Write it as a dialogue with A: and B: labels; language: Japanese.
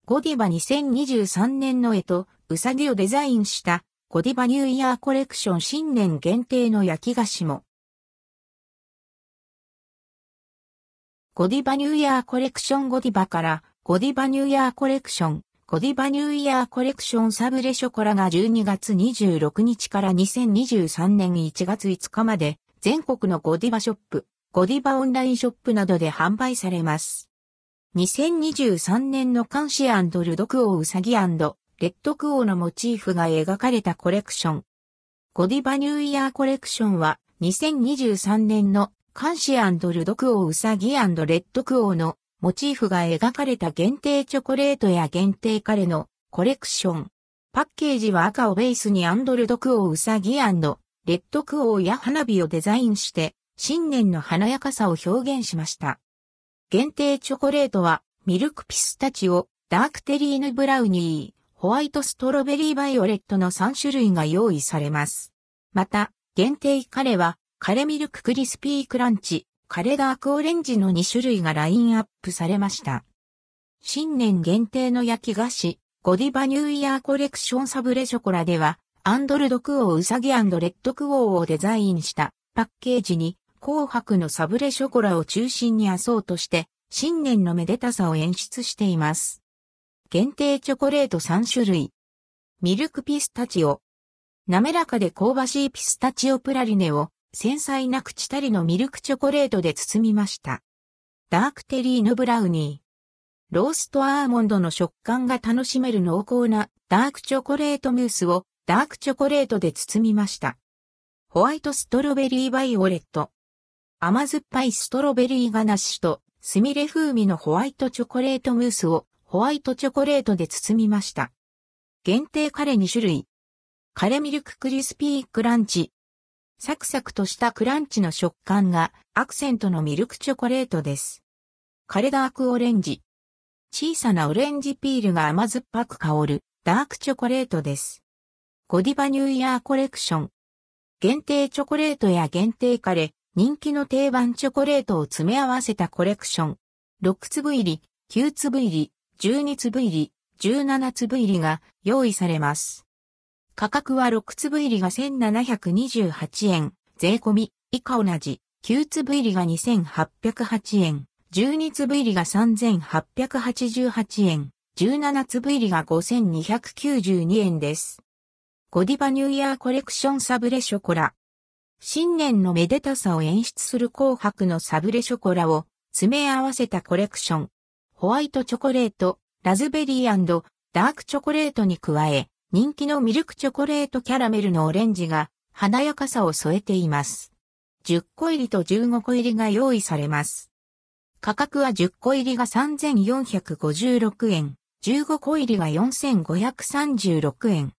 A: ゴディバ2023年の干支、うさぎをデザインしたゴディバニューイヤーコレクション新年限定の焼き菓子も。ゴディバニューイヤーコレクションゴディバからゴディバニューイヤーコレクション、ゴディバニューイヤーコレクションサブレショコラが12月26日から2023年1月5日まで全国のゴディバショップ、ゴディバオンラインショップなどで販売されます。2023年のカンシ&ルドクオーウサギ&レッドクオーのモチーフが描かれたコレクション。ゴディバニューイヤーコレクションは2023年のカンシ&ルドクオーウサギ&レッドクオーのモチーフが描かれた限定チョコレートや限定カレのコレクション。パッケージは赤をベースにルドクオーウサギ&レッドクオーや花火をデザインして新年の華やかさを表現しました。限定チョコレートはミルクピスタチオ、ダークテリーヌブラウニー、ホワイトストロベリーバイオレットの3種類が用意されます。また、限定カレはカレミルククリスピークランチ、カレダークオレンジの2種類がラインアップされました。新年限定の焼き菓子、ゴディバニューイヤーコレクションサブレショコラでは、ルドクオーウサギ&レッドクオーをデザインしたパッケージに、紅白のサブレショコラを中心にそうとして、新年のめでたさを演出しています。限定チョコレート3種類。ミルクピスタチオ。滑らかで香ばしいピスタチオプラリネを繊細な口たりのミルクチョコレートで包みました。ダークテリーヌブラウニー。ローストアーモンドの食感が楽しめる濃厚なダークチョコレートムースをダークチョコレートで包みました。ホワイトストロベリーバイオレット。甘酸っぱいストロベリーガナッシュとスミレ風味のホワイトチョコレートムースをホワイトチョコレートで包みました。限定カレ2種類。カレミルククリスピークランチ。サクサクとしたクランチの食感がアクセントのミルクチョコレートです。カレダークオレンジ。小さなオレンジピールが甘酸っぱく香るダークチョコレートです。ゴディバニューイヤーコレクション。限定チョコレートや限定カレ。人気の定番チョコレートを詰め合わせたコレクション。6粒入り、9粒入り、12粒入り、17粒入りが用意されます。価格は6粒入りが1728円、税込み、以下同じ、9粒入りが2808円、12粒入りが3888円、17粒入りが5292円です。ゴディバニューイヤーコレクションサブレショコラ。新年のめでたさを演出する紅白のサブレショコラを詰め合わせたコレクション。ホワイトチョコレート、ラズベリー&ダークチョコレートに加え、人気のミルクチョコレートキャラメルのオレンジが華やかさを添えています。10個入りと15個入りが用意されます。価格は10個入りが3456円、15個入りが4536円、